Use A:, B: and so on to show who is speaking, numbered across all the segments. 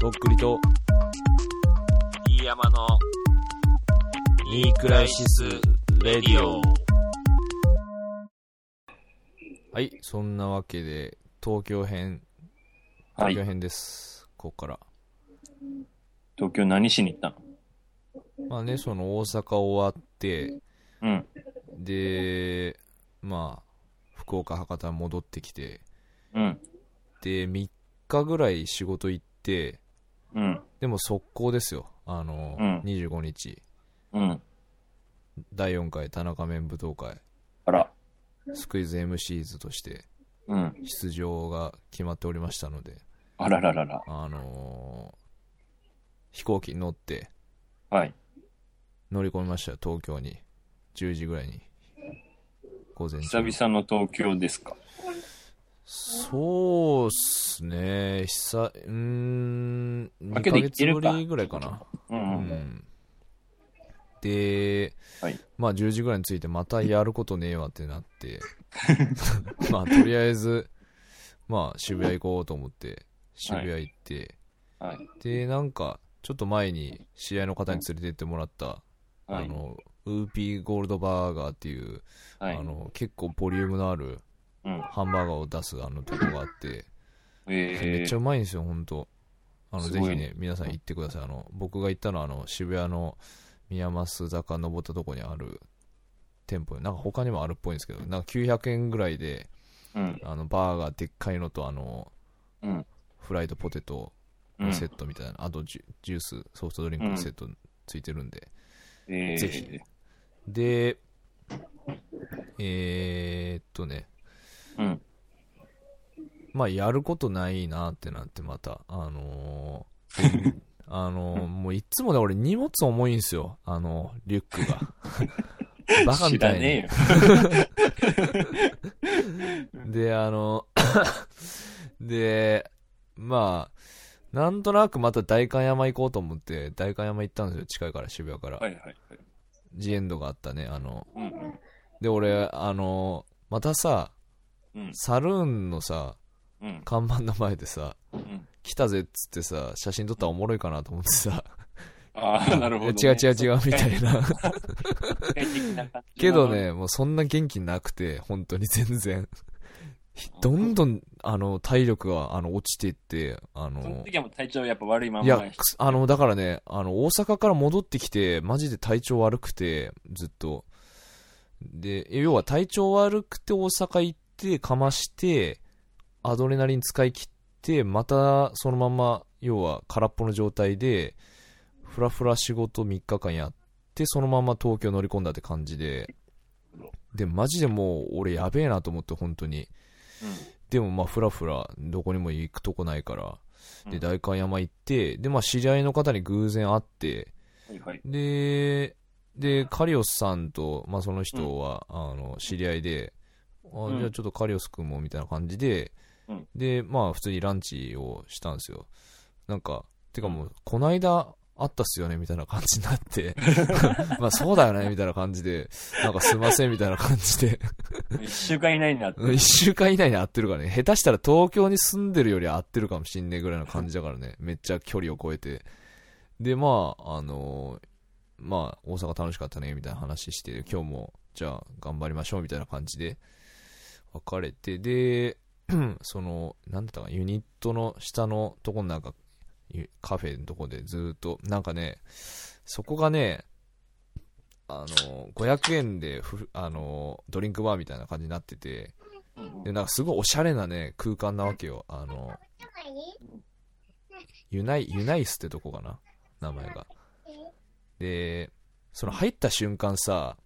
A: とっくりと
B: 飯山の
A: ニークライシスレディオ。はい、そんなわけで東京編です、はい、ここから
C: 東京何しに行ったの？
A: まあね、その大阪終わって、
C: うん、
A: でまあ福岡博多戻ってきて、
C: うん、
A: で3日ぐらい仕事行って、
C: うん、
A: でも速攻ですよ。
C: うん、
A: 25日、
C: うん、
A: 第4回田中面舞踏会、
C: あら、
A: スクイズ MCs として出場が決まっておりましたので、
C: あらららら、
A: 飛行機に乗って、
C: はい、
A: 乗り込みましたよ、東京に。10時ぐらいに、午前中。
C: 久々の東京ですか？
A: そうっすね、2ヶ月ぶりぐらいかな。で、
C: はい、
A: まあ10時ぐらいに着いて、またやることねえわってなってまあとりあえずまあ渋谷行こうと思って渋谷行って、
C: はい、
A: でなんかちょっと前に知り合いの方に連れてってもらった、
C: はい、
A: ウーピーゴールドバーガーっていう、はい、結構ボリュームのあるハンバーガーを出すとこがあって、めっちゃうまいんですよ、ほんと。ぜひね、皆さん行ってください。僕が行ったのは渋谷の宮益坂登ったとこにある店舗、なんか他にもあるっぽいんですけど、なんか900円ぐらいで、バーガーでっかいのとフライドポテトのセットみたいな、あとジュース、ソフトドリンクのセットついてるんで、ぜひ。で、まあやることないなってなって、またもういつもね、俺荷物重いんすよ、リュックがバカみたいに。知らねえよで、まあなんとなくまた代官山行こうと思って代官山行ったんですよ、近いから、渋谷から。
C: はいはいはい。
A: ジエンドがあったね、で俺またさ、サルーンのさ、看板の前でさ、来たぜっつってさ、写真撮ったらおもろいかなと思ってさ、
C: なるほど、ね、
A: 違うみたいなけどね、もうそんな元気なくて、本当に全然どんどん体力が落ちていって、そ
C: の時はもう体調やっぱ悪いまま。
A: いや、だからね、大阪から戻ってきてマジで体調悪くて、ずっと。で要は体調悪くて大阪行ってかましてアドレナリン使い切って、またそのまま要は空っぽの状態でフラフラ仕事3日間やって、そのまま東京乗り込んだって感じで、マジでもう俺やべえなと思って、本当に。でもまあフラフラどこにも行くとこないから、で代官山行って、でまあ知り合いの方に偶然会って、でカリオスさんと、まあ、その人は、知り合いで、じゃあちょっとカリオス君もみたいな感じで、でまあ普通にランチをしたんですよ。なんかてかもうこないだあったっすよねみたいな感じになってまあそうだよねみたいな感じで、なんかすいませんみたいな感じで
C: 1週間以内に会ってる。
A: 1週間以内に会ってるからね、下手したら東京に住んでるより会ってるかもしんねえぐらいの感じだからねめっちゃ距離を超えて。でまあまあ大阪楽しかったねみたいな話して、今日もじゃあ頑張りましょうみたいな感じで別れて、でそのなんだったか、ユニットの下のとこのなんかカフェのとこでずっとなんかね、そこがね500円でドリンクバーみたいな感じになってて、でなんかすごいおしゃれなね空間なわけよ。ユナイスってとこかな、名前が。でその入った瞬間さ、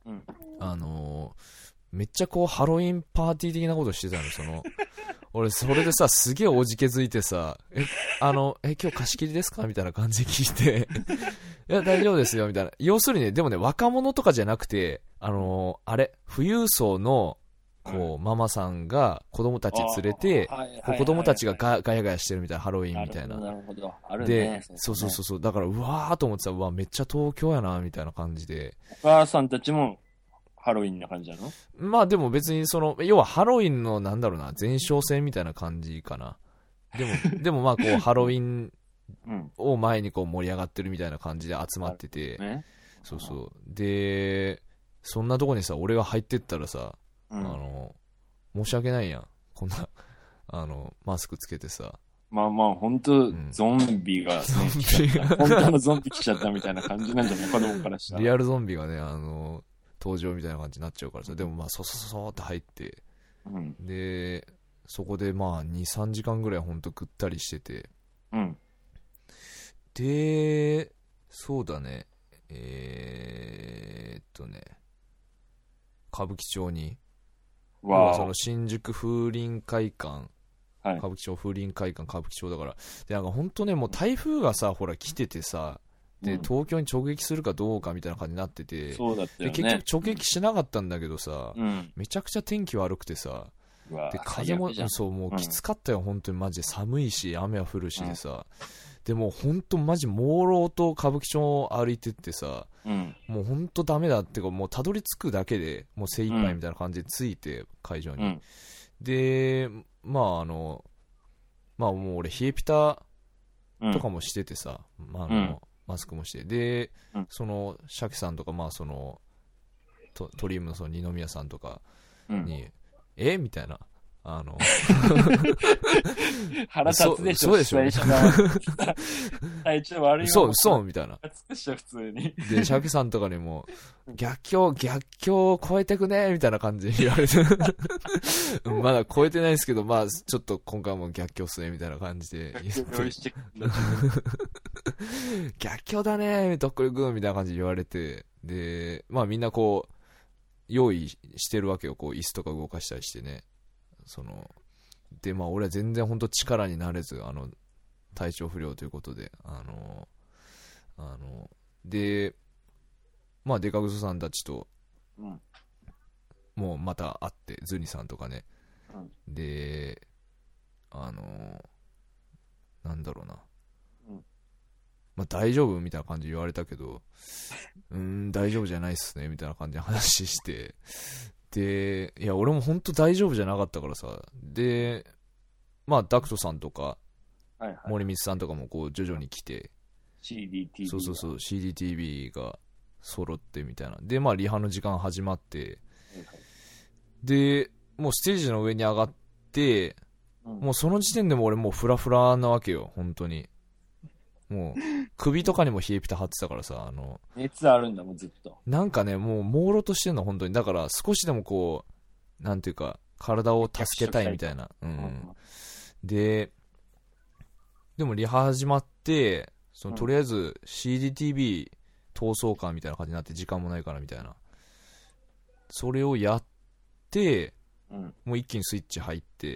A: めっちゃこうハロウィンパーティー的なことしてたの。俺それでさ、すげえおじけづいてさ、今日貸し切りですかみたいな感じで聞いていや大丈夫ですよみたいな。要するにね、でもね、若者とかじゃなくて、あれ富裕層のこうママさんが子供たち連れて、子供たちがガヤガヤしてるみたいな、ハロウィンみたいな。
C: なるほど。あるね。
A: で、そう。だからうわーと思ってた。うわ、めっちゃ東京やなみたいな感じで。
C: お母さんたちもハロウィンな感じなの？
A: まあでも別に要はハロウィンのなんだろうな、前哨戦みたいな感じかな。でもまあこうハロウィン
C: うん。
A: を前にこう盛り上がってるみたいな感じで集まってて、
C: ね。
A: そうそう。で、そんなとこにさ、俺が入ってったらさ、
C: うん。
A: 申し訳ないやん。こんな、マスクつけてさ。
C: まあまあ、本当
A: ん
C: ゾンビが、ね、
A: ゾンビが
C: 本当のゾンビ来ちゃったみたいな感じなんじゃない子供からしたら。
A: リアルゾンビがね、登場みたいな感じになっちゃうからさ。でもまあ、そうって入って、
C: うん。
A: で、そこでまあ、2、3時間ぐらいほんとぐったりしてて。
C: うん。
A: で、そうだね。歌舞伎町に、要はその新宿風林会館、
C: はい。
A: 歌舞伎町風林会館歌舞伎町だから、でなんか本当ね、もう台風がさ、ほら来ててさ、で、東京に直撃するかどうかみたいな感じになってて、
C: そうだったよ
A: で
C: ね。
A: 結局直撃しなかったんだけどさ、
C: うん。
A: めちゃくちゃ天気悪くてさ、
C: うわ
A: で風も
C: 最悪じゃん
A: そうもうきつかったよ、本当にマジで寒いし雨は降るしでさ、でも本当マジ朦朧と歌舞伎町を歩いてってさ、
C: うん。
A: もう本当ダメだってか、もうたどり着くだけでもう精一杯みたいな感じで着いて、会場に、
C: うん。
A: でまあまあもう俺冷えピタ
C: うん。
A: とかもしててさ、まあ
C: うん
A: マスクもしてで、
C: うん
A: そのシャキさんとかまあそのトリウムのその二宮さんとか
C: うん。
A: に、みたいな
C: 腹立つでしょ、
A: そうでしょ
C: 主催者が体調悪いよ。
A: そうみたいな。
C: 腹立つでしょ、普通に。
A: で、シャキさんとかにも、逆境を超えてくねみたいな感じで言われてうんまだ超えてないですけど、まあ、ちょっと今回も逆境っすね、みたいな感じで言って。
C: 用意してくんだ
A: 逆境だねどっこいくんみたいな感じで言われて、で、まあみんなこう、用意してるわけよ、こう、椅子とか動かしたりしてね。で、まあ俺は全然本当力になれず、体調不良ということで、で、まあデカグソさんたちと、
C: うん。
A: もうまた会って、ズニさんとかね、で、なんだろうな、
C: うん
A: まあ大丈夫みたいな感じで言われたけど、大丈夫じゃないっすね、みたいな感じで話して、で、いや、俺も本当大丈夫じゃなかったからさ、で、まあダクトさんとか、
C: はいはい。
A: 森光さんとかもこう徐々に来て、
C: CDTV。
A: そう CDTV が揃ってみたいなで、まあリハの時間始まって、
C: はいはい。
A: でもうステージの上に上がって、
C: うん
A: もうその時点でも俺もうフラフラなわけよ、本当に。もう首とかにも冷えピタ張ってたからさ、
C: 熱あるんだもん、ずっと。
A: なんかね、もう朦朧としてんの本当に。だから少しでもこうなんていうか体を助けたいみたいな、でもリハ始まって、とりあえず CDTV 逃走感みたいな感じになって、時間もないからみたいな、それをやって、
C: うん。
A: もう一気にスイッチ入って、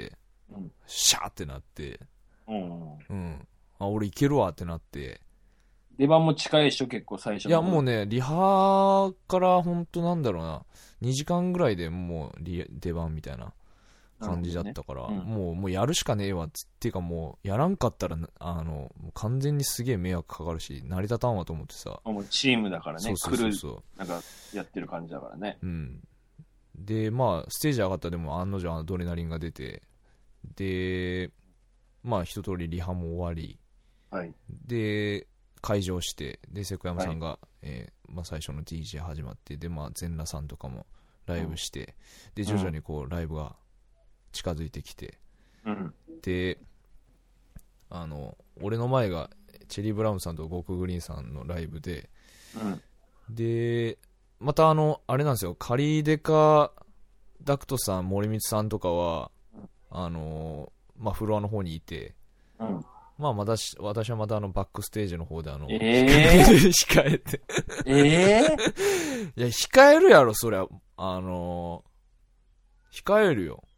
C: うん。
A: シャーってなって、
C: うん。
A: 俺いけるわってなって、
C: 出番も近いでしょ、結構最初。
A: いやもうね、リハからほんとなんだろうな、2時間ぐらいでもう出番みたいな感じだったから、
C: ね
A: もうやるしかねえわっていうか、もうやらんかったらもう完全にすげえ迷惑かかるし成り立たんわと思ってさ、
C: もうチームだからね、
A: そう
C: なんかやってる感じだからね。
A: でまあステージ上がったらでも案の定アドレナリンが出て、でまあ一通りリハも終わり、
C: はい。
A: で会場して、で瀬古山さんが、まあ、最初の DJ 始まって、でまあ全裸さんとかもライブして、で徐々にこうライブが近づいてきて、で俺の前がチェリー・ブラウンさんとゴーク・グリーンさんのライブで、でまたあれなんですよ、カリーデカダクトさん、森光さんとかはまあフロアの方にいて、まあ私はまたバックステージの方で控えていや控えるやろそりゃ、控えるよ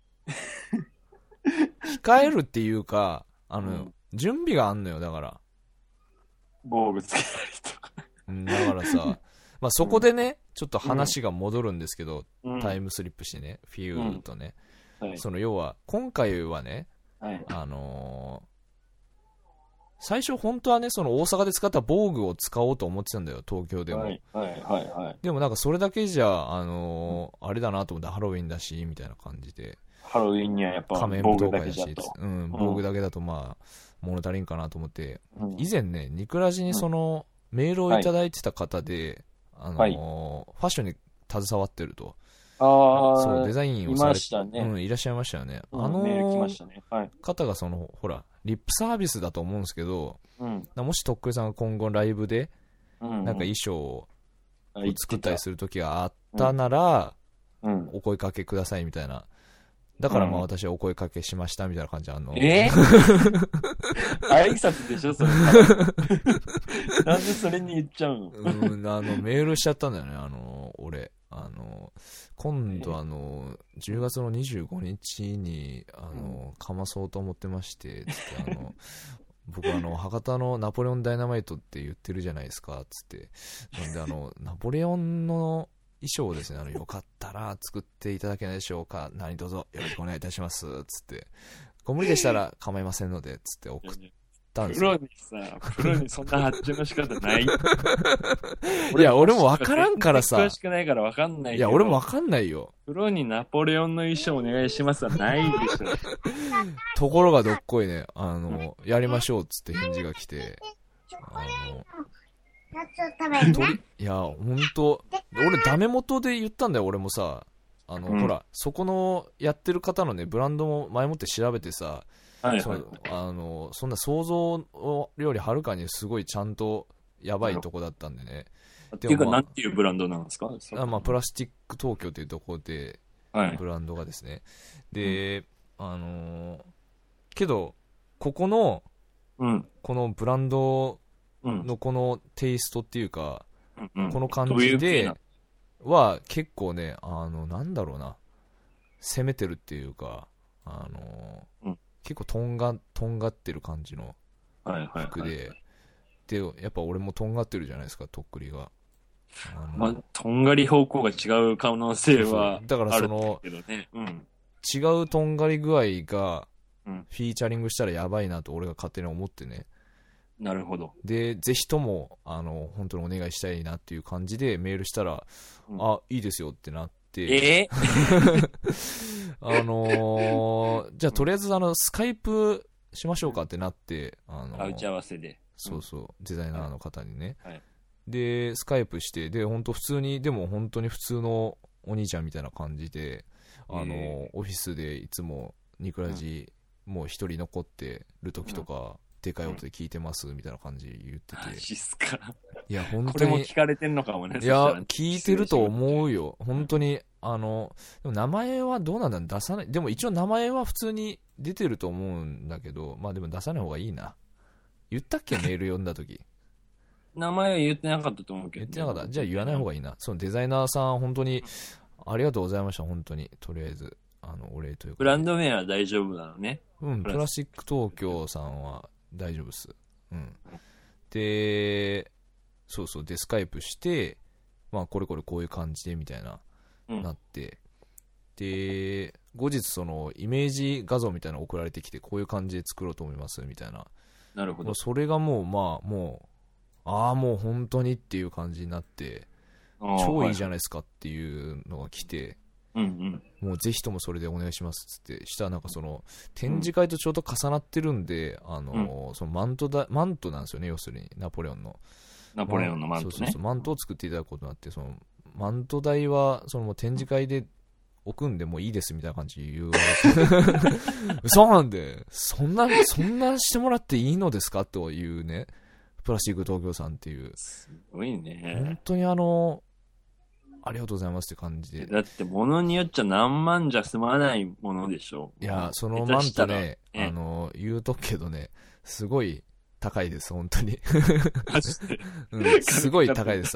A: 控えるっていうか準備があんのよ、だから
C: 防具つけたりとか。
A: だからさ、まあそこでね、ちょっと話が戻るんですけど、タイムスリップしてね、フィールとね、要は今回はね、最初本当はね、その大阪で使った防具を使おうと思ってたんだよ、東京でも。でもなんかそれだけじゃあれだなと思って、ハロウィンだしみたいな感じで、
C: ハロウィンにはやっぱ
A: 仮面
C: 防具
A: 舞踏会だし
C: だけじゃと。
A: 防具だけだとまあ物足りんかなと思って、
C: うん
A: 以前ねニクラジにその、メールをいただいてた方で、
C: はい
A: ファッションに携わってると、
C: ああ、
A: そうデザインを
C: い
A: され
C: ましたね。
A: いらっしゃいましたよね、
C: メール来ましたね。はい。
A: 方がそのほらリップサービスだと思うんですけど、
C: うん。
A: もしとっくりさんが今後ライブで
C: うん。
A: なんか衣装を
C: あ
A: 作ったりする時があったなら、
C: うん。
A: お声かけくださいみたいな。だからまあ
C: うん
A: 私はお声かけしましたみたいな感じ挨
C: 拶でしょそれ。なんでそれに言っちゃうの
A: メールしちゃったんだよね、俺。今度10月の25日に、かまそうと思ってまして、つって僕博多のナポレオンダイナマイトって言ってるじゃないですか、つって。なんでナポレオンの衣装をですね、よかったら作っていただけないでしょうか。何卒よろしくお願いいたします。つって。ご無理でしたら構いませんので、つって送ったんですよ。
C: プロにそんな発注の仕方ない。
A: いや、俺もわからんからさ。
C: 詳しくないからわかんないけど。
A: いや、俺もわかんないよ。
C: プロにナポレオンの衣装お願いしますはないでしょ。
A: ところがどっこいね、やりましょうっつって返事が来て、いや、ほんと、俺ダメ元で言ったんだよ、俺もさ。ほら、そこのやってる方のね、ブランドも前もって調べてさ、そんな想像よりはるかにすごいちゃんとやばいとこだったんでね。
C: っていうか、なんていうブランドなんですか？
A: まあ、プラスチック東京っていうところで、ブランドがですね。で、けど、ここの、このブランドのこのテイストっていうか、この感じでは結構ね、なんだろうな、攻めてるっていうか、結構とんがってる感じの服で、で、やっぱ俺もとんがってるじゃないですか、とっくりが。
C: まあ、とんがり方向が違う可能性は
A: だから
C: あるけどね。
A: 違うとんがり具合がフィーチャリングしたらやばいなと俺が勝手に思ってね。
C: なるほど。
A: で、ぜひとも本当にお願いしたいなっていう感じでメールしたら、あ、いいですよってなって、じゃあとりあえずスカイプしましょうかってなって、
C: 打ち合わせで。
A: そうそう、デザイナーの方にね。
C: はい、
A: で、スカイプして、で、本当普通に、でも本当に普通のお兄ちゃんみたいな感じで、オフィスでいつもニクラジ、もう一人残ってる時とか、でかい音で聞いてますみたいな感じ言ってて。
C: マジっすか。
A: いや、本当に。
C: これも聞かれてんのかもね。
A: いや、聞いてると思うよ。本当に、でも名前はどうなんだ、出さない。でも一応名前は普通に出てると思うんだけど、まあでも出さない方がいいな。言ったっけメール読んだ時。
C: 名前は言ってなかったと思うけど、
A: 言ってなかった。じゃあ言わない方がいいな。そのデザイナーさん、本当に、ありがとうございました、本当に。とりあえず、お礼というか。
C: ブランド名は大丈夫なのね。
A: プラスチック東京さんは大丈夫っす。で、そうそう、で、スカイプして、まあ、これこういう感じで、みたいな、なって、で、後日、その、イメージ画像みたいなの送られてきて、こういう感じで作ろうと思います、みたいな。
C: なるほど。
A: それがもう、まあ、もう本当にっていう感じになって、超いいじゃないですかっていうのが来て、もうぜひともそれでお願いしますっつって、したらなんかその、展示会とちょうど重なってるんで、そのマントなんですよね、要するに、ナポレオンのマントね。そう、マントを作っていただくことになって、その、マント代は、そのもう展示会で置くんでもういいですみたいな感じ言われて、そうなんで、そんなしてもらっていいのですかというね、プラスチック東京さんっていう。
C: すごいね。
A: 本当にありがとうございますって感じで。
C: だって物によっちゃ何万じゃ済まないものでしょ。
A: いや、そのマントね、言うとくけどね、すごい高いです、本当に。すごい高いです。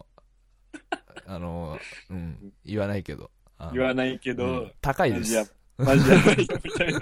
A: 言わないけど。
C: 言わないけど、
A: 高いです。
C: マジやばいみたいな。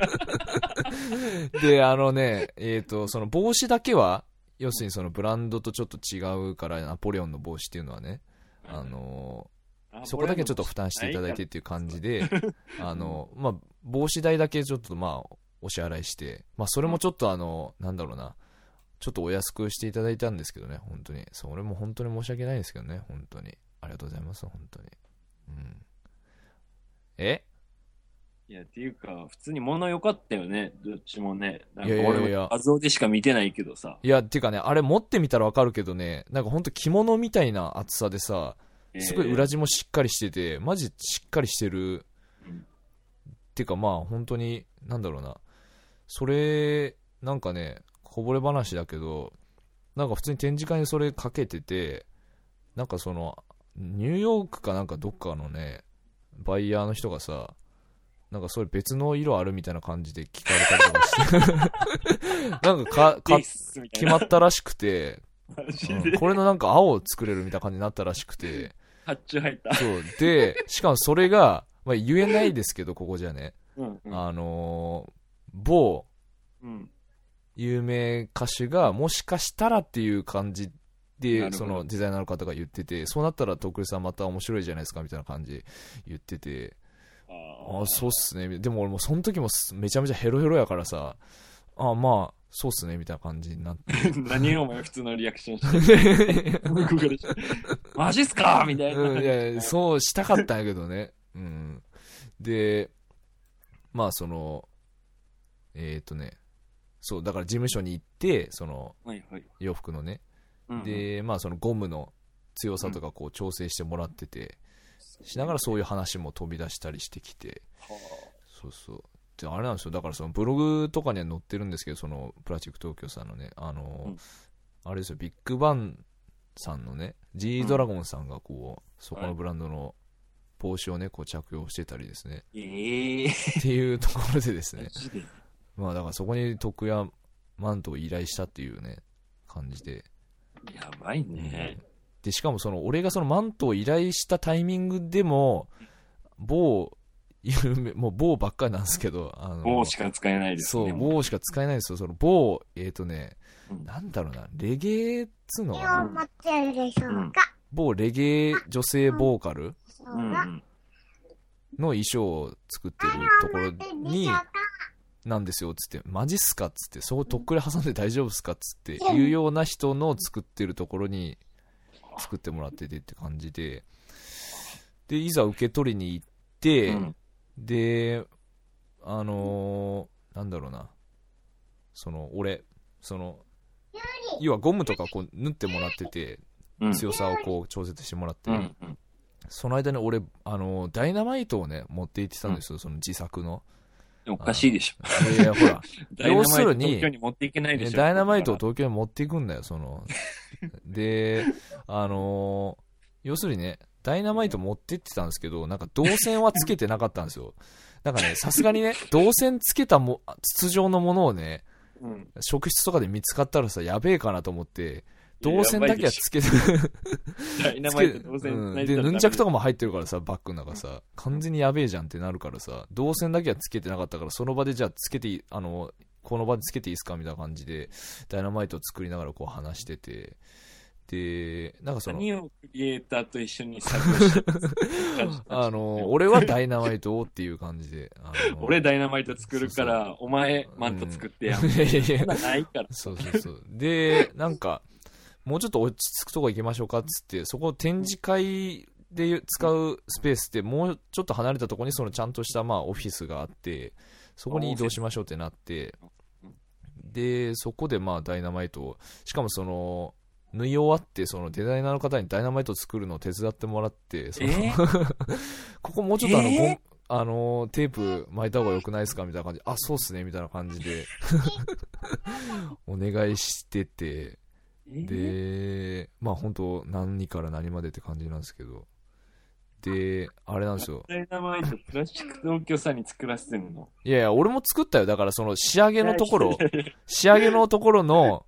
A: で、その帽子だけは、要するにそのブランドとちょっと違うから、ナポレオンの帽子っていうのはね、そこだけちょっと負担していただいてっていう感じで、まあ、帽子代だけちょっとまあ、お支払いして、まあ、それもちょっとなんだろうな、ちょっとお安くしていただいたんですけどね、本当に。それも本当に申し訳ないですけどね、本当に。ありがとうございます、本当に。
C: いや、っていうか、普通に物良かったよね。どっちもね。なん
A: いやいやいや
C: か俺も画像でしか見てないけどさ。
A: いや、っていうかね、あれ持ってみたらわかるけどね、なんかほんと着物みたいな厚さでさ、すごい裏地もしっかりしてて、マジしっかりしてる。っていうかまあ本当に、なんだろうな。それ、なんかね、こぼれ話だけど、なんか普通に展示会にそれかけてて、なんかその、ニューヨークかなんかどっかのね、バイヤーの人がさ、なんかそれ別の色あるみたいな感じで聞かれたりとかしてなんか決まったらしくて、これのなんか青を作れるみたいな感じになったらしくて、
C: 発注入った。
A: そう。で、しかもそれが、まあ、言えないですけど、ここじゃね。
C: うんうん、
A: 某、
C: うん、
A: 有名歌手がもしかしたらっていう感じで、そのデザイナーの方が言ってて、そうなったら徳利さんまた面白いじゃないですかみたいな感じで言ってて、ああ、そうっすね。でも俺もその時もめちゃめちゃヘロヘロやからさ、ああ、まあ、そうっすねみたいな感じになって。
C: 何お前普通のリアクションしてマジっすかみたいな、
A: いや、そうしたかったんやけどね。うん。で、まあその、そう、だから事務所に行って、その、
C: はいはい、
A: 洋服のね、
C: うんうん、
A: で、まあそのゴムの強さとかこう調整してもらってて、しながらそういう話も飛び出したりしてきて、そうそう。で、あれなんですよ、だからそのブログとかには載ってるんですけど、そのプラスチック東京さんのね、あれですよ、ビッグバンさんのね、G ドラゴンさんがこう、そこのブランドの帽子をね、こう着用してたりですね。っていうところでですね。まあだからそこに徳谷マントを依頼したっていうね、感じで。
C: やばいね。
A: で、しかもその、俺がそのマントを依頼したタイミングでも、もう某ばっかりなんですけど、
C: 某しか使えないですね。
A: そう、某しか使えないですよ。その某、なんだろうな、レゲエっつうのかな。某レゲエ女性ボーカルの衣装を作ってるところに、なんですよ、つって、マジっすかっつって、そことっくり挟んで大丈夫っすかっつっていうような人の作ってるところに作ってもらっててって感じで、で、いざ受け取りに行って、で、なんだろうな、その、俺、その、要はゴムとかこう縫ってもらってて、強さをこう調節してもらって、その間に俺、ダイナマイトをね、持って行ってたんですよ、その自作の。
C: おかしいでしょ。
A: いや、ほら、要するに、
C: 東京に持っていけないでしょ。
A: ダイナマイトを東京に持っていくんだよ、その。で、要するにね、ダイナマイト持ってってたんですけど、なんか導線はつけてなかったんですよ。なんかね、さすがにね、導線つけた筒状のものをね、職質とかで見つかったらさ、やべえかなと思って、導線だけはつけて、
C: ダイナマイト導線
A: で、ヌンチャクとかも入ってるからさ、バッグの中さ、完全にやべえじゃんってなるからさ、導線だけはつけてなかったから、その場でじゃあつけていい、この場でつけていいですかみたいな感じで、ダイナマイトを作りながらこう話してて、で、なんかその、
C: 何をクリエイターと一緒に作業して
A: 俺はダイナマイトをっていう感じで、
C: 俺ダイナマイト作るから、お前マント作ってやん。
A: いやいや
C: ないから。
A: そうそうそう。で、なんか、もうちょっと落ち着くとこ行きましょうかっつって、そこ展示会で使うスペースってもうちょっと離れたところにそのちゃんとしたまあオフィスがあって、そこに移動しましょうってなって、で、そこでまあダイナマイトを、しかもその、縫い終わって、そのデザイナーの方にダイナマイトを作るのを手伝ってもらって、ここもうちょっとテープ巻いた方が良くないですかみたいな感じで、あ、そうっすねみたいな感じでお願いしてて、で、まあ本当何から何までって感じなんですけど、で、あれなんですよ。
C: ダイナマイトプラスチック東京さんに作らせてんの？
A: いやいや、俺も作ったよ。だからその仕上げのところの、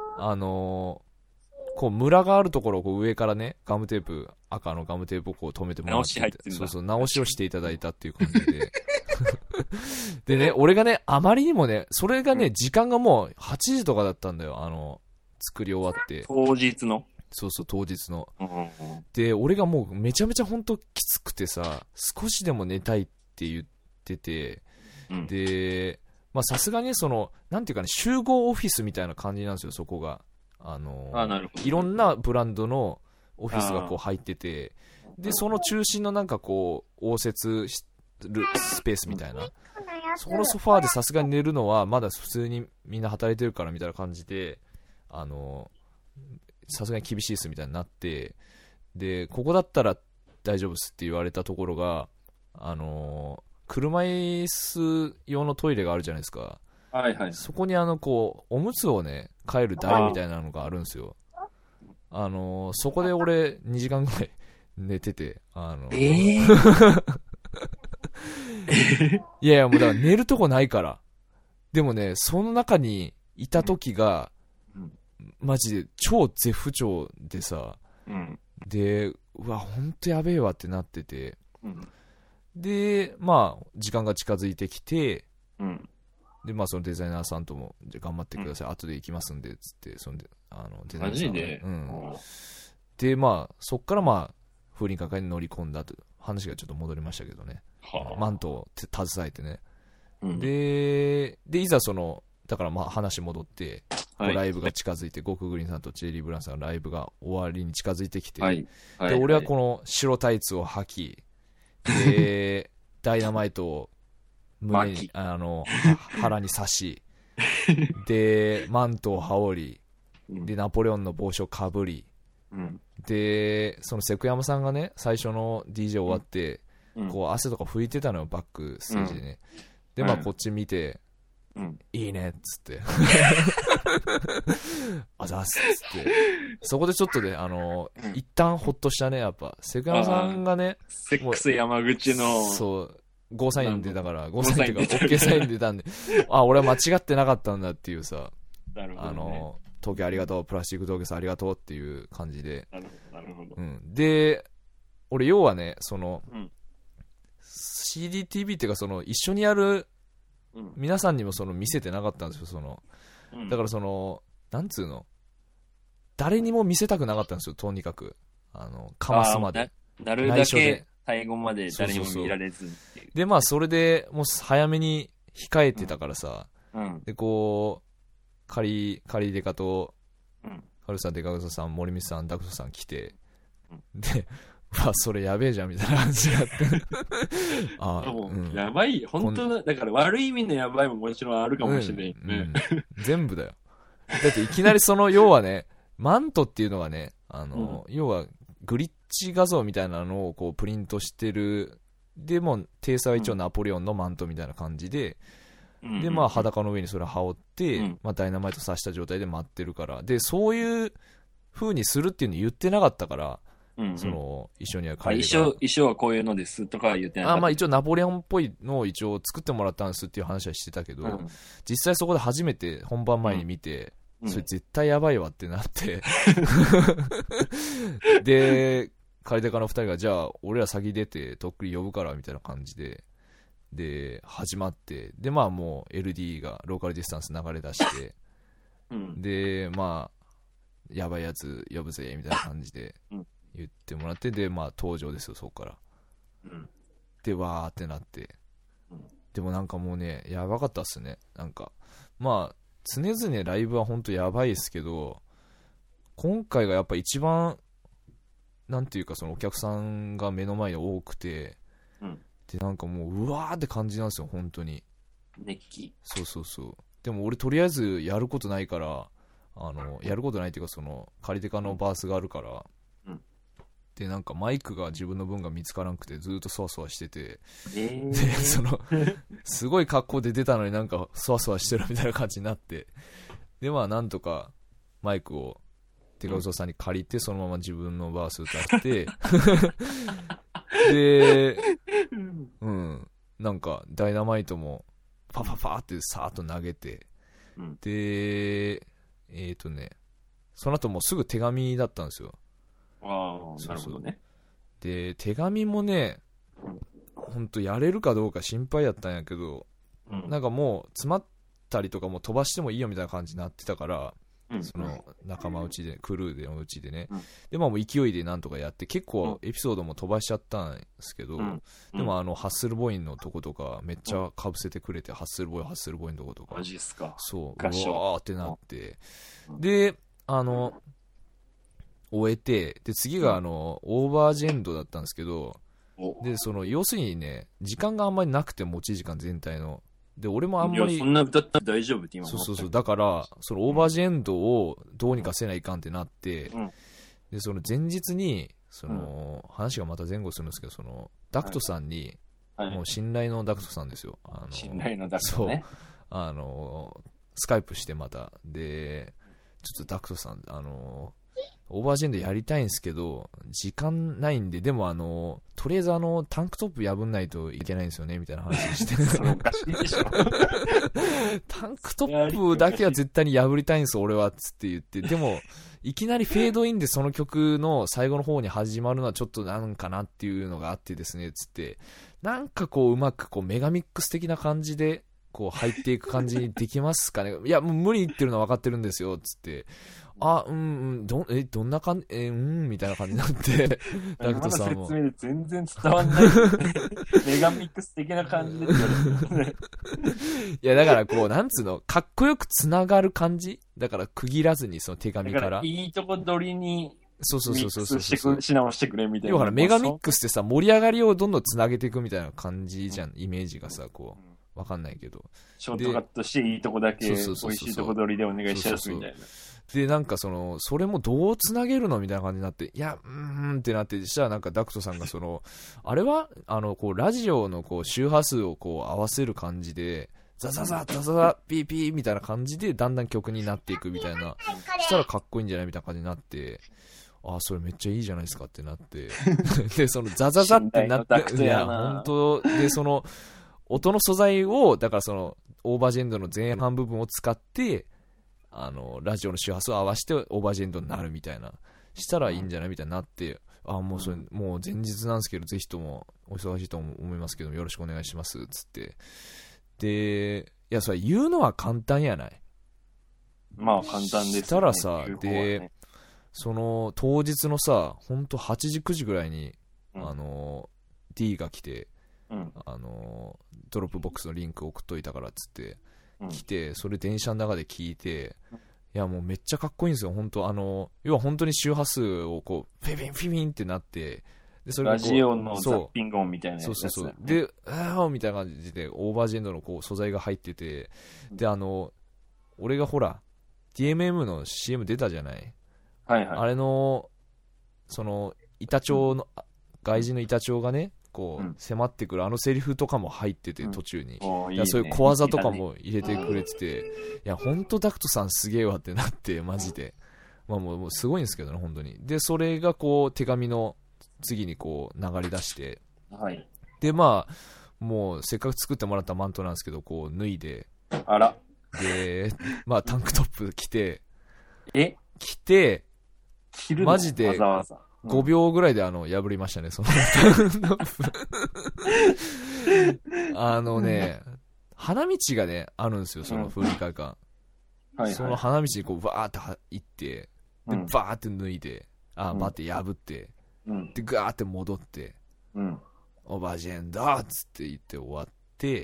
A: こう、ムラがあるところをこう上からね、赤のガムテープをこう止めてもらって、そうそう、直しをしていただいたっていう感じで。でね、俺がね、あまりにもね、それがね、時間がもう8時とかだったんだよ、作り終わって。
C: 当日の？
A: そうそう、当日の。で、俺がもうめちゃめちゃほんときつくてさ、少しでも寝たいって言ってて、で、まあさすがにその、なんていうかね、集合オフィスみたいな感じなんですよ、そこが。
C: なるほど。
A: いろんなブランドのオフィスがこう入ってて、で、その中心のなんかこう、応接スペースみたいな、そこのソファーでさすがに寝るのはまだ普通にみんな働いてるからみたいな感じで、さすがに厳しいっすみたいになって、でここだったら大丈夫っすって言われたところが、車椅子用のトイレがあるじゃないですか。
C: はいはい。
A: そこにこうおむつをね替える台みたいなのがあるんですよ。そこで俺2時間ぐらい寝てて、いやいやもうだから寝るとこないから。でもね、その中にいた時が、マジで超絶不調でさ、で、うわ、ほんとやべえわってなってて、で、まあ、時間が近づいてきて、で、まあ、そのデザイナーさんとも、じゃ頑張ってください、後で行きますんで、つって、そのデザイナーさんが、
C: マジで、
A: で、まあ、そっからまあ、風林火火に乗り込んだと、話がちょっと戻りましたけどね。マントを携えてね。で、いざだからまあ話戻って、ライブが近づいて、ゴクグリンさんとチェリー・ブラウンさんのライブが終わりに近づいてきて、で、俺はこの白タイツを履き、で、ダイナマイトを胸に、腹に刺し、で、マントを羽織り、で、ナポレオンの帽子をかぶり、で、そのセクヤマさんがね、最初の DJ 終わって、こう汗とか拭いてたのよ、バックステージでね。で、まあこっち見て、いいねっつってあざっすっつって、そこでちょっとね、一旦ほっとしたね。やっぱセクヤマさんがね、
C: セックス山口の
A: そうゴーサイン出たから、ゴーサインっていうか OK サイン出たんで、あ、俺は間違ってなかったんだっていうさ、
C: なるほどね、
A: 東京ありがとう、プラスチック東京さんありがとうっていう感じで、
C: なるほど、
A: で、俺要はね、CDTV っていうか一緒にやる皆さんにも見せてなかったんですよ。だからなんつうの、誰にも見せたくなかったんですよ、とにかくかますまで、
C: なるだけ最後まで誰にも見られずっていう。
A: でまあそれでもう早めに控えてたからさ、でこうカリデカと、カルさん、デカグソさん、森光さん、ダクソさん来て、でわ、それやべえじゃんみたいな感じになって
C: やばい、本当だから悪い意味のやばいももちろんあるかもしれないね、
A: 全部だよ。だっていきなり要はね、マントっていうのはね、要はグリッチ画像みたいなのをこうプリントしてる。でも体裁は一応ナポレオンのマントみたいな感じで、でまあ裸の上にそれ羽織って、まあ、ダイナマイト刺した状態で待ってるから、でそういう風にするっていうの言ってなかったから、一緒には
C: 衣装はこういうのですとかは言ってなかった。
A: まあ一応ナポレオンっぽいのを一応作ってもらったんですっていう話はしてたけど、実際そこで初めて本番前に見て、それ絶対やばいわってなってでカリデカの2人がじゃあ俺ら先出てとっくり呼ぶからみたいな感じで始まって、でまあもう LD がローカルディスタンス流れ出してでまあやばいやつ呼ぶぜみたいな感じで言ってもらって、でまあ登場ですよ、そこから、でわーってなって、でもなんかもうねやばかったっすね。なんかまあ常々ライブはほんとやばいですけど、今回がやっぱ一番なんていうかお客さんが目の前に多くて、でなんかもううわーって感じなんですよ、本当に
C: 熱気。
A: そうでも俺とりあえずやることないから、やることないっていうかカリデカのバースがあるから、でなんかマイクが自分の分が見つからなくてずっとそわそわしてて、ですごい格好で出たのになんかそわそわしてるみたいな感じになって、でまあなんとかマイクをデカウソさんに借りてそのまま自分のバース歌ってでなんかダイナマイトもパパパってさーっと投げて、でその後もうすぐ手紙だったんですよ。
C: なるほどね。
A: で手紙もね、本当やれるかどうか心配やったんやけど、なんかもう詰まったりとかも飛ばしてもいいよみたいな感じになってたから、その仲間内でクルーでのうちでね、でまあもう勢いでなんとかやって結構エピソードも飛ばしちゃったんですけど、でもハッスルボインのとことかめっちゃかぶせてくれて、ハッスルボインのとことか、
C: マジっすか。
A: そううわーってなって、で終えて、で次がオーバージェンドだったんですけど、 で、要するにね、時間があんまりなくて、持ち時間全体の。で、俺もあんまり。
C: いや、そんな歌ったら大丈夫って今思った。
A: そう。だから、オーバージェンドをどうにかせないかんってなって、で、前日に、話がまた前後するんですけど、ダクトさんに、もう信頼のダクトさんですよ。
C: 信頼のダクトね。
A: そう。スカイプしてまた。で、ちょっとダクトさん、オーバージェンドやりたいんですけど、時間ないんで、でもとりあえずタンクトップ破んないといけないんですよね、みたいな話して。
C: それおかしいでしょ。
A: タンクトップだけは絶対に破りたいんですよ、俺は、つって言って。でも、いきなりフェードインでその曲の最後の方に始まるのはちょっとなんかなっていうのがあってですね、つって。なんかうまくメガミックス的な感じで、入っていく感じにできますかね。いや、もう無理言ってるのは分かってるんですよ、つって。どんな感じ、みたいな感じになって、ダクトさんも。
C: 説明で全然伝わんない。メガミックス的な感じでって言われてる。
A: いや、だからなんつうの、かっこよく繋がる感じだから区切らずに手紙から。
C: いいとこ取りに、
A: そう。
C: し直してくれみたいな。
A: 要はメガミックスってさ、盛り上がりをどんどん繋げていくみたいな感じじゃん、イメージがさ、わかんないけど。
C: ショートカットしていいとこだけ、美味しいとこ取りでお願いしますみたいな。
A: で、なんかそれもどうつなげるのみたいな感じになって、いや、ってなって、したらなんかダクトさんがあれはラジオの周波数を合わせる感じで、ザザザ、ザザザ、ピーピーみたいな感じで、だんだん曲になっていくみたいな。したらかっこいいんじゃないみたいな感じになって、それめっちゃいいじゃないですかってなって。で、ザザザってなって、いや、本当で、音の素材を、だからオーバージェンドの前半部分を使って、ラジオの周波数を合わせてオーバージェンドになるみたいな。したらいいんじゃないみたいになって、もう前日なんですけど、ぜひとも、お忙しいと思いますけど、よろしくお願いします、つって。で、いや、それ言うのは簡単やない。
C: まあ、簡単です、ね。
A: したらさ、で、当日のさ、ほんと8時、9時ぐらいに、D が来て、ドロップボックスのリンク送っといたからっつって来て、それ電車の中で聞いて、いやもうめっちゃかっこいいんですよ、本当要は本当に周波数をフィビンフィビンってなって、でそれ
C: ラジオのザッピング音みたいなやつ、
A: そう。で、みたいな感じでオーバージェンドの素材が入ってて、で俺がほら DMM の CM 出たじゃない。
C: はいはい。
A: あれの板長の外人の板長がね。迫ってくるセリフとかも入ってて、途中に。いや、そういう小技とかも入れてくれてて、いや、ほんとダクトさんすげえわってなって、マジで。まあもうすごいんですけどね、本当に。で、それが手紙の次に流れ出して、
C: はい。
A: で、まあ、もうせっかく作ってもらったマントなんですけど、脱いで、
C: あら。
A: で、まあタンクトップ着て、
C: 着るの
A: マジで、
C: わざわざ
A: 5秒ぐらいで破りましたね、花道がね、あるんですよ、風林会館。その花道にバーって行って、で、バーって脱いで、バーって破って、で、ガーって戻って、オーバージェンドっつって言って終わって、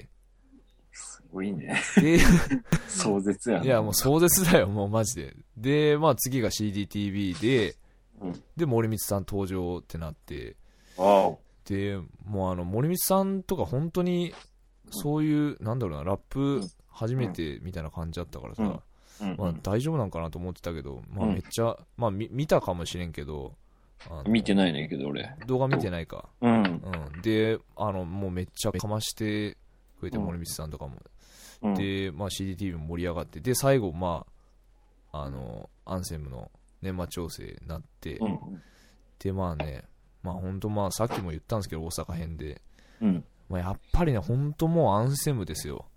C: すごいね。
A: で、
C: 壮絶やん。
A: いや、もう壮絶だよ、もうマジで。で、まあ次が CDTV で、で、森光さん登場ってなって、で、もう森光さんとか本当に、そういう、なんだろうな、ラップ初めてみたいな感じだったからさ、まあ大丈夫なんかなと思ってたけど、まあめっちゃ、まあ見たかもしれんけど、
C: 見てないねんけど俺。
A: 動画見てないか。で、もうめっちゃかましてくれて、森光さんとかも。で、まあ CDTV も盛り上がって、で、最後、まあ、アンセムの、年末調整になって、でまあね、まあ本当まあさっきも言ったんですけど、大阪編で、まあ、やっぱりね、本当もうアンセムですよ。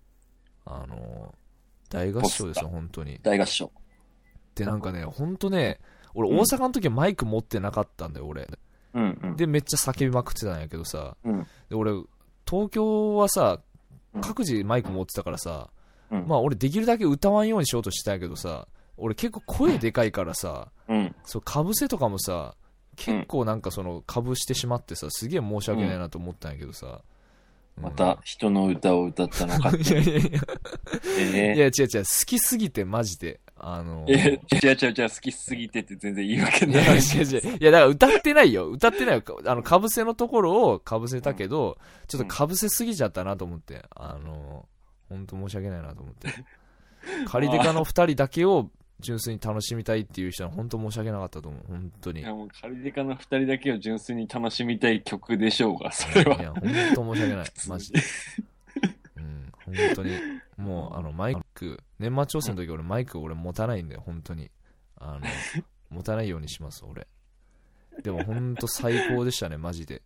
A: 大合唱ですよ、本当に。
C: 大合唱。
A: でなんかね、本当ね、俺大阪の時はマイク持ってなかったんだよ、俺。でめっちゃ叫びまくってたんやけどさ、で俺東京はさ、各自マイク持ってたからさ、まあ俺できるだけ歌わんようにしようとしてたんやけどさ、俺結構声でかいからさ、そうかぶせとかもさ、結構なんかかぶしてしまってさ、すげえ申し訳ないなと思ったんやけどさ、
C: また人の歌を歌ったのかって。
A: いや違う違う、好きすぎてマジで、
C: 違う、好きすぎてって全然言い訳ない。
A: 違う。いや、だから歌ってないよ。かぶせのところをかぶせたけど、ちょっとかぶせすぎちゃったなと思って。ほんと申し訳ないなと思って。カリデカの二人だけを純粋に楽しみたいっていう人は本当申し訳なかったと思う。本当に。
C: いや、もうカリデカの二人だけを純粋に楽しみたい曲でしょうが、それは。
A: いや、本当申し訳ない。マジで。本当に。もう、マイク、年末調整の時俺マイク俺持たないんだよ、本当に。持たないようにします、俺。でも本当最高でしたね、マジで。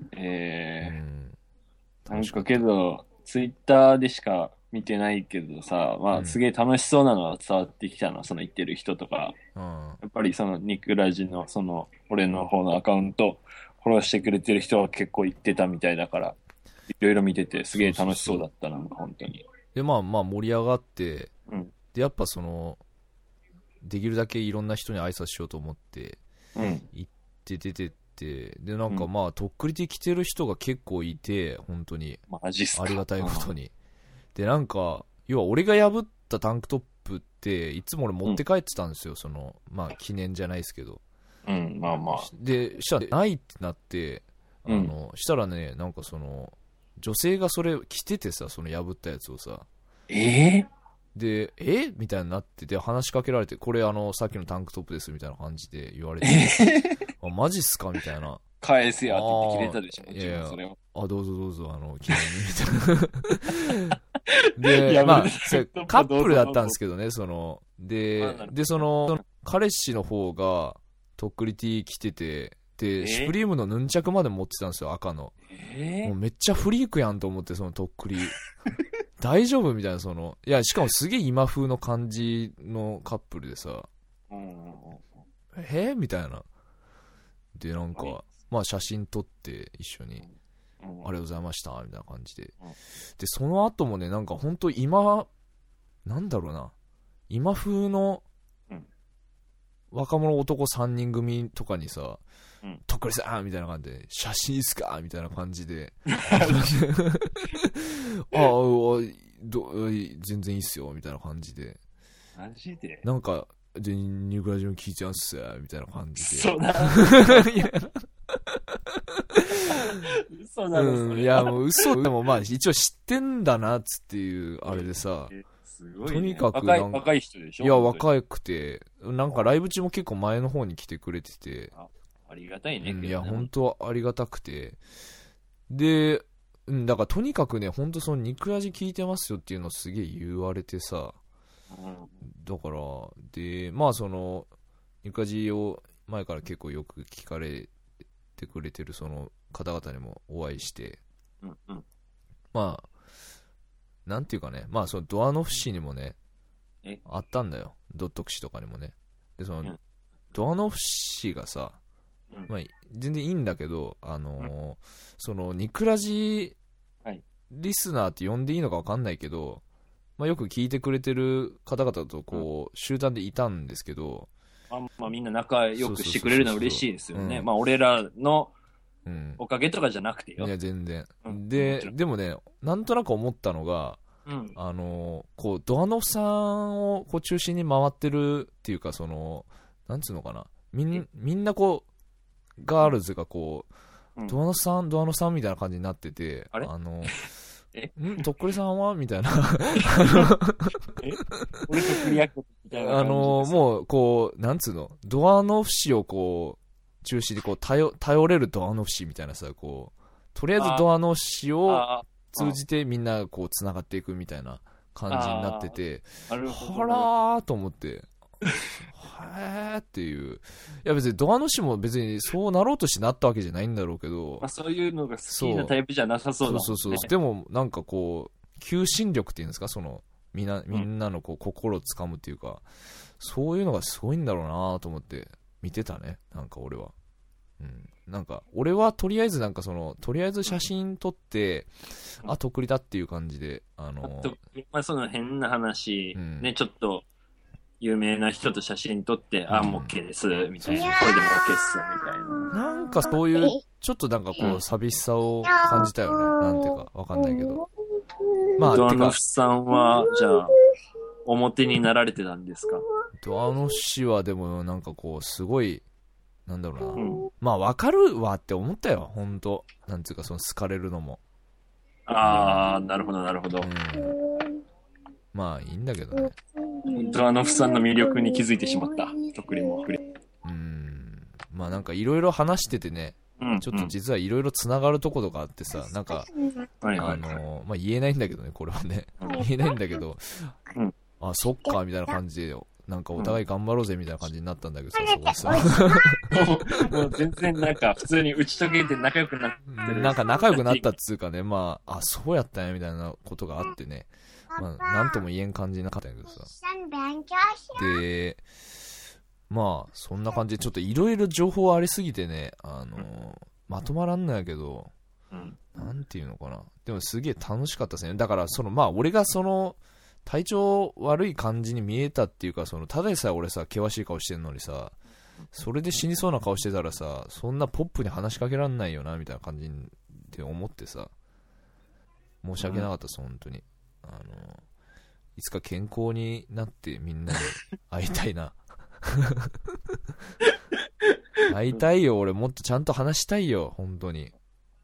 C: なんかけど、ツイッターでしか見てないけどさ、まあ、すげえ楽しそうなのは伝わってきたの、その言ってる人とか。やっぱりそのニクラジの、その、俺の方のアカウント、フォローしてくれてる人は結構言ってたみたいだから、いろいろ見てて、すげえ楽しそうだったな、本当に。
A: で、まあ盛り上がって、
C: うん、
A: で、やっぱその、できるだけいろんな人に挨拶しようと思って、行って出てって、で、なんかまあ、とっくりで来てる人が結構いて、本当に。
C: マジっすか。
A: ありがたいことに。で、なんか、要は俺が破ったタンクトップって、いつも俺持って帰ってたんですよ、その、まあ、記念じゃないですけど。
C: まあまあ。
A: で、したら、ないってなって、したらね、なんかその、女性がそれ着ててさ、その破ったやつをさ。で、みたいになってて、話しかけられて、これさっきのタンクトップですみたいな感じで言われて、あ、マジっすかみたいな。
C: 返せやって言って切れたでしょ、もちろんそれを。
A: どうぞ、記念に、みたいな。で、まあ、カップルだったんですけどね、その、で、その、彼氏の方が、とっくり T 着てて、で、シュプリームのヌンチャクまで持ってたんですよ、赤の。もうめっちゃフリークやんと思って、そのとっくり。大丈夫みたいな、その、いや、しかもすげえ今風の感じのカップルでさ、みたいな。で、なんか、まあ写真撮って一緒に、ありがとうございました、みたいな感じで。で、その後もね、なんかほんとなんだろうな、今風の、若者男3人組とかにさ、とっくりさんみたいな感じで、写真いいっすかみたいな感じで。全然いいっすよ、みたいな感じで。
C: マジで
A: なんか、で、ニュークラジオ聞いちゃうんすよ、みたいな感じで。
C: そうだ。嘘だろ、
A: いや、もう嘘でもまあ、一応知ってんだな、つっていう、あれでさ。
C: すごいね、
A: とにかく
C: 若い人でしょ。
A: いや、若くて、なんかライブ中も結構前の方に来てくれてて。
C: ありがたいね。
A: いや、本当はありがたくて。で、だからとにかくね、本当そのニクラジ聞いてますよっていうのをすげえ言われてさ。だから、で、まあその、ニクラジを前から結構よく聞かれてくれてるその方々にもお会いして。まあ、なんていうかね、まあそのドアノフシにもね、あったんだよ。ドットクシとかにもね。で、その、ドアノフシがさ、まあ、全然いいんだけど、その、ニクラジリスナーって呼んでいいのか分かんないけど、まあ、よく聞いてくれてる方々とこう、集団でいたんですけど、
C: まあみんな仲良くしてくれるのは嬉しいですよね。まあ俺らのおかげとかじゃなくてよ。
A: いや、全然。でもね、なんとなく思ったのが、こう、ドアノフさんをこう中心に回ってるっていうか、その、なんつうのかな。みんなこう、ガールズがこう、ドアノフさんみたいな感じになってて、とっくりさんはみたいな。
C: 俺とっくり役みたいな感じ。
A: もう、こう、なんつうの、ドアノフ氏をこう、中心にこう、頼れるドアノフ氏みたいなさ、こう、とりあえずドアノフ氏を通じてみんなこう、繋がっていくみたいな感じになってて、はらーと思って、へーっていう。いや別にドアノ氏も別にそうなろうとしてなったわけじゃないんだろうけど。
C: まあそういうのが好きなタイプじゃなさそうだもんね。
A: そう。でもなんかこう、求心力っていうんですか、その、みんなのこう心をつかむっていうか、そういうのがすごいんだろうなと思って見てたね、なんか俺は。なんか、俺はとりあえずとりあえず写真撮って、とっくりだっていう感じで、
C: まあその変な話、ね、ちょっと、有名な人と写真撮って、もう OK です、みたいな。これでも OK っす、みたいな。
A: なんかそういう、ちょっとなんかこう、寂しさを感じたよね。なんていうか、わかんないけど。
C: まあ、ドアノフさんは、じゃあ、表になられてたんですか？
A: あの詩はでもなんかこうすごいなんだろうな、
C: うん。
A: まあ分かるわって思ったよ本当。なんていうかその好かれるのも、
C: ああ、なるほど、なるほど。
A: まあいいんだけどね。
C: ドアノフさんの魅力に気づいてしまった。とっくりも。
A: まあなんかいろいろ話しててね、
C: うん。
A: ちょっと実はいろいろつながるところがあってさ、なんか
C: はいはい。
A: まあ言えないんだけどね、これはね。言えないんだけど、
C: うん
A: あ、そっか、みたいな感じで、なんかお互い頑張ろうぜ、みたいな感じになったんだけどさ、そこでさ。
C: もう全然なんか普通に打ち解けて仲良くなってる。
A: なんか仲良くなったっつうかね、まあ、あ、そうやったんや、みたいなことがあってね。まあ、なんとも言えん感じになかったんやけどさ。で、まあ、そんな感じで、ちょっといろいろ情報ありすぎてね、まとまらんのやけど、なんていうのかな。でもすげえ楽しかったですね。だから、まあ、俺が体調悪い感じに見えたっていうか、ただでさえ俺さ、険しい顔してんのにさ、それで死にそうな顔してたらさ、そんなポップに話しかけらんないよな、みたいな感じで思ってさ、申し訳なかったです、本当に。いつか健康になってみんなに会いたいな。会いたいよ、俺もっとちゃんと話したいよ、本当に。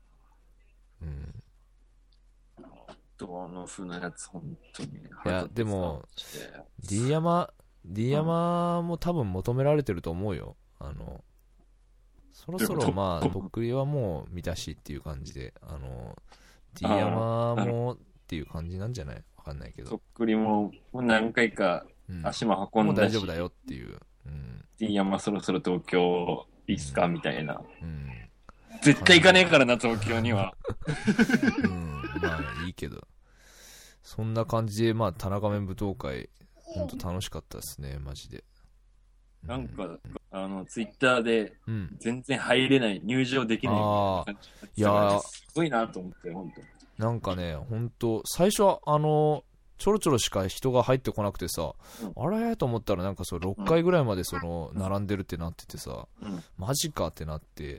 C: ドアノフのやつ、本当に。い
A: や、でも、D 山も多分求められてると思うよ。そろそろまあ、とっくりはもう見たしっていう感じで、D 山もっていう感じなんじゃない？わかんないけど。
C: とっくりも何回か足も運んだし、
A: もう大丈夫だよっていう。
C: D 山そろそろ東京いいっすかみたいな。絶対行かねえからな、東京には。
A: まあいいけど。そんな感じで、まあ、田中面舞踏会、ほんと楽しかったですね、マジで。
C: なんか、ツイッターで、全然入れない、入場できない感じ。いやすごいなと思って、本当。
A: なんかね、ほんと、最初は、ちょろちょろしか人が入ってこなくてさ、あれと思ったらなんか6回ぐらいまで並んでるってなっててさ、マジかってなって、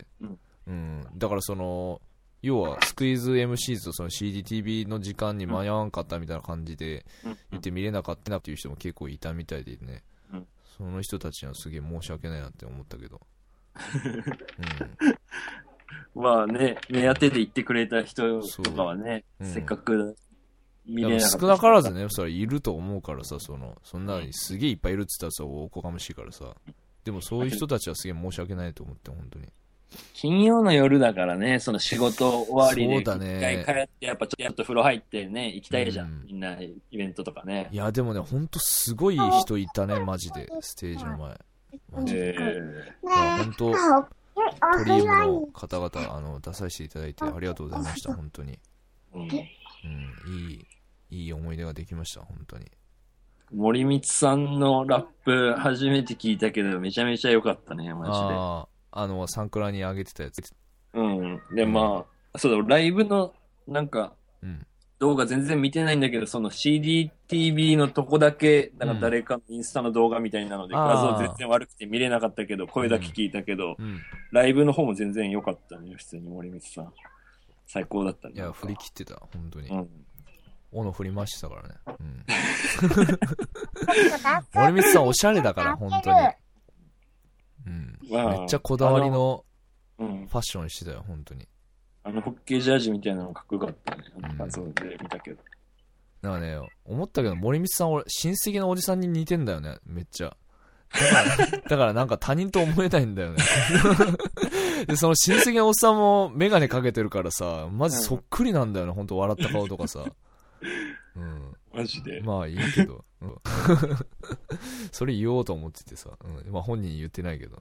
A: だから要はスクイズ MC とCDTV の時間に間に合わんかったみたいな感じで言って見れなかったっていう人も結構いたみたいでね、その人たちにはすげえ申し訳ないなって思ったけど、
C: まあね、目当てで言ってくれた人とかはね、せっかく見れなかった。
A: 少なからずね、それいると思うからさ、そんなにすげえいっぱいいるって言ったらおこがましいからさ、でもそういう人たちはすげえ申し訳ないと思って、本当に。
C: 金曜の夜だからね、仕事終わりで
A: 一
C: 回帰って、やっぱちょっと風呂入ってね、行きたいじゃん、みんなイベントとかね。
A: いや、でもね、ほんとすごい人いたね、マジで、ステージの前。マジで。ほんと、トリームの方々、出させていただいてありがとうございました、本当に。いい思い出ができました、本当に。
C: 森光さんのラップ初めて聞いたけど、めちゃめちゃ良かったね、マジで。
A: サンクラに上げてたやつ。
C: で、まあ、そうだ、ライブの、なんか、動画全然見てないんだけど、CDTV のとこだけ、なんか誰かのインスタの動画みたいなので、画像全然悪くて見れなかったけど、声だけ聞いたけど、ライブの方も全然良かったね、普通に森光さん。最高だったね。
A: いや、振り切ってた、本当に。斧振り回してたからね。森光さんおしゃれだから、本当に。めっちゃこだわりのファッションしてたよ、本当に。
C: ホッケージャージみたいなのかっこよかったね。画像で見たけど。
A: なんかね、思ったけど、森光さん、俺、親戚のおじさんに似てんだよね、めっちゃ。だからなんか他人と思えないんだよね。で、その親戚のおっさんもメガネかけてるからさ、マジそっくりなんだよね、本当笑った顔とかさ。
C: マジで。
A: まあいいけど。それ言おうと思っててさ。まあ本人言ってないけど。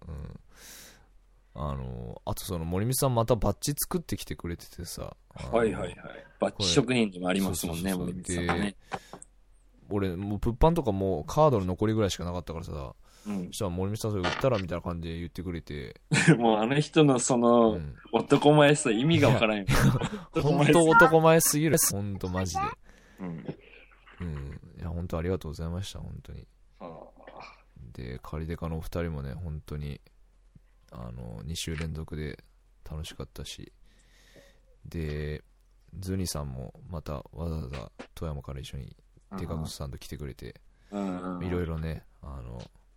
A: あと森光さんまたバッジ作ってきてくれててさ。
C: はいはいはい。バッジ職人でもありますもんね、森光さんね。
A: 俺、もう物販とかもうカードの残りぐらいしかなかったからさ。そしたら森光さんそれ売ったらみたいな感じで言ってくれて。
C: もうあの人の男前さ、意味がわからんよ。
A: 本当男前すぎる。本当マジで。いや、本当ありがとうございました、本当に。で、カリデカのお二人もね、本当に、2週連続で楽しかったし、で、ズニさんもまたわざわざ富山から一緒にデカグスさんと来てくれて、いろいろね、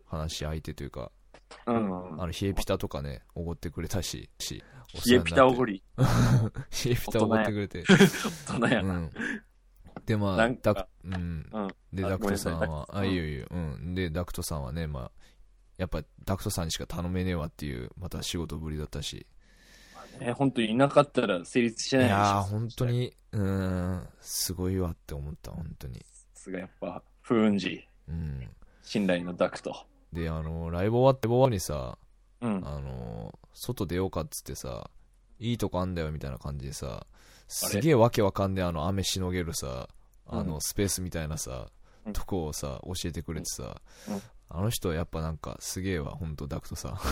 A: 話し相手というか、
C: うん。
A: 冷えピタとかね、おごってくれたし、
C: 冷えピタおごり。
A: 冷えピタおごってくれて。
C: 大人やな。
A: うん。で、まあ、
C: なんか
A: で、ダクトさんは、
C: ごめんなさい
A: いいよいいよ。で、ダクトさんはね、まあ、やっぱダクトさんにしか頼めねえわっていう、また仕事ぶりだったし。
C: 本当にいなかったら成立しないでしょ。
A: いやー、本当に、すごいわって思った、本当に。
C: さすがやっぱ、風雲児。信頼のダクト。
A: で、ライブ終わってにさ、外出ようかっつってさ、いいとこあんだよみたいな感じでさ、すげえわけわかんねえ雨しのげるさ、スペースみたいなさ、とこをさ、教えてくれてさ、あの人やっぱなんかすげえわ、ほんとダクトさ。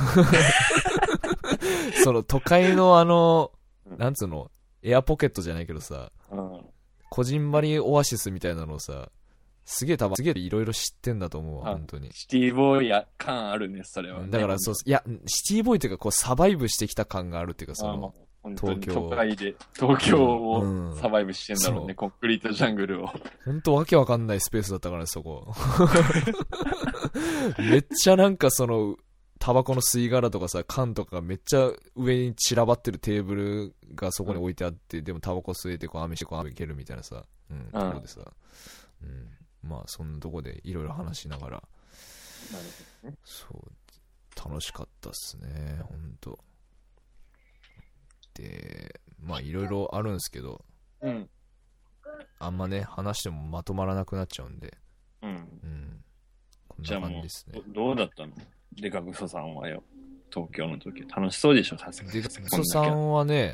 A: その都会のなんつうの、エアポケットじゃないけどさ、こじんまりオアシスみたいなのをさ、すげえいろいろ知ってんだと思うわ、本当に。
C: シティボーイ感あるね、それは、ね。
A: だからそう、いや、シティボーイっていうか、こう、サバイブしてきた感があるっていうか、その、
C: 東京。都会で、東京をサバイブしてんだろうね、コンクリートジャングルを。
A: ほんとわけわかんないスペースだったからね、そこ。めっちゃなんかその、タバコの吸い殻とかさ、缶とかめっちゃ上に散らばってるテーブルがそこに置いてあって、でもタバコ吸えてこう、雨してこう、雨いけるみたいなさ、ところでさ、まあそんなとこでいろいろ話しながら、そう、楽しかったっすね、ほんと。で、まあいろいろあるんですけど、あんまね、話してもまとまらなくなっちゃうんで、こんな感じですね。
C: どうだったのデカクソさんはよ、東京の時。楽しそうでしょ、さすがに。
A: デカクソさんはね、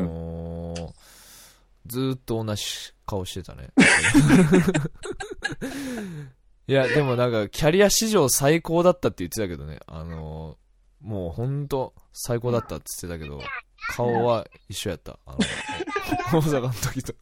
A: ずーっと同じ顔してたね。いや、でもなんか、キャリア史上最高だったって言ってたけどね、もうほんと最高だったって言ってたけど、顔は一緒やった。大阪の時と。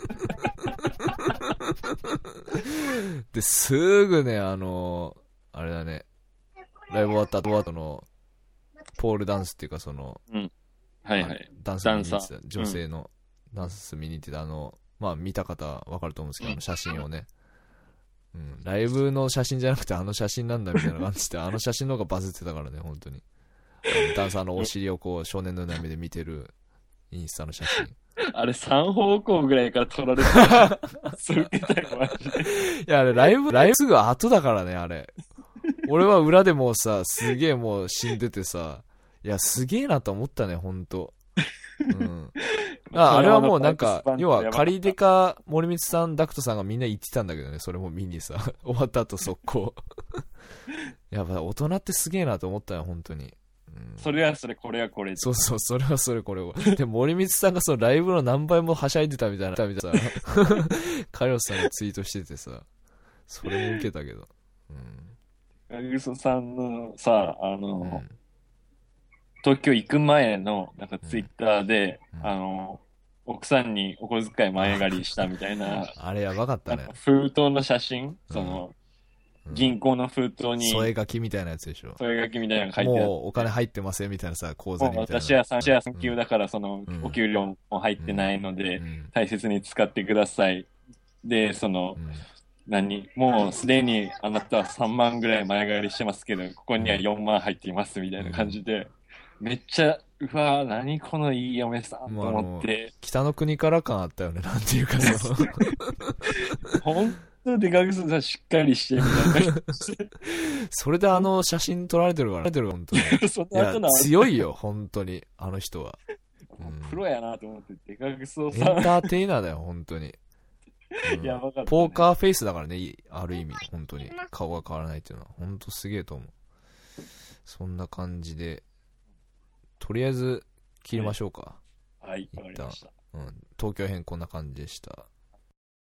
A: で、すぐね、あれだね、ライブ終わった後の、ポールダンスっていうかその、ダンス見に行ってた、女性のダンス見に行ってたまあ見た方わかると思うんですけど、写真をね。ライブの写真じゃなくて写真なんだみたいな感じで、写真の方がバズってたからね、本当に。ダンサーのお尻をこう少年のような目で見てるインスタの写真。
C: あれ3方向ぐらいから撮られてた。それみたいなマジで。
A: いや、あれライブすぐ後だからね、あれ。俺は裏でもうさ、すげえもう死んでてさ、いや、すげえなと思ったね、ほんと。あれはもうなんか、要は、カリデカ、森光さん、ダクトさんがみんな言ってたんだけどね、それも見にさ、終わった後速攻。やっぱ大人ってすげえなと思ったよ、本当に。
C: それはそれ、これはこれ。
A: そうそう、それはそれ、これは。で、森光さんがそのライブの何倍もはしゃいでたみたいなさ、カリオスさんがツイートしててさ、それも受けたけど。
C: ガグソさんのさ、東京行く前の、なんかツイッターで、奥さんにお小遣い前借りしたみたいな。
A: あれやばかったね。
C: 封筒の写真、銀行の封筒に。
A: 添え書きみたいなやつでしょ。
C: 添え書きみたいなの書いてあって。
A: もうお金入ってませんみたいなさ、口座にみたいな。
C: 私は産休だから、お給料も入ってないので、大切に使ってください。で、もうすでにあなたは3万ぐらい前借りしてますけど、ここには4万入っていますみたいな感じで、めっちゃ、うわぁ、何このいい嫁さんと思って。
A: 北の国から感あったよね、なんていうかさ。
C: 本当でガグソさんしっかりしてみたいな。
A: それで写真撮られてるから、本当に。いや、強いよ、本当に、あの人は。
C: プロやなと思って、デカグソさん。
A: エンターテイナーだよ、本当に。
C: やばかったね。
A: ポーカーフェイスだからね、ある意味、本当に。顔が変わらないっていうのは、本当すげえと思う。そんな感じで、とりあえず切りましょうか。
C: はい、わかりました。
A: 東京編こんな感じでした。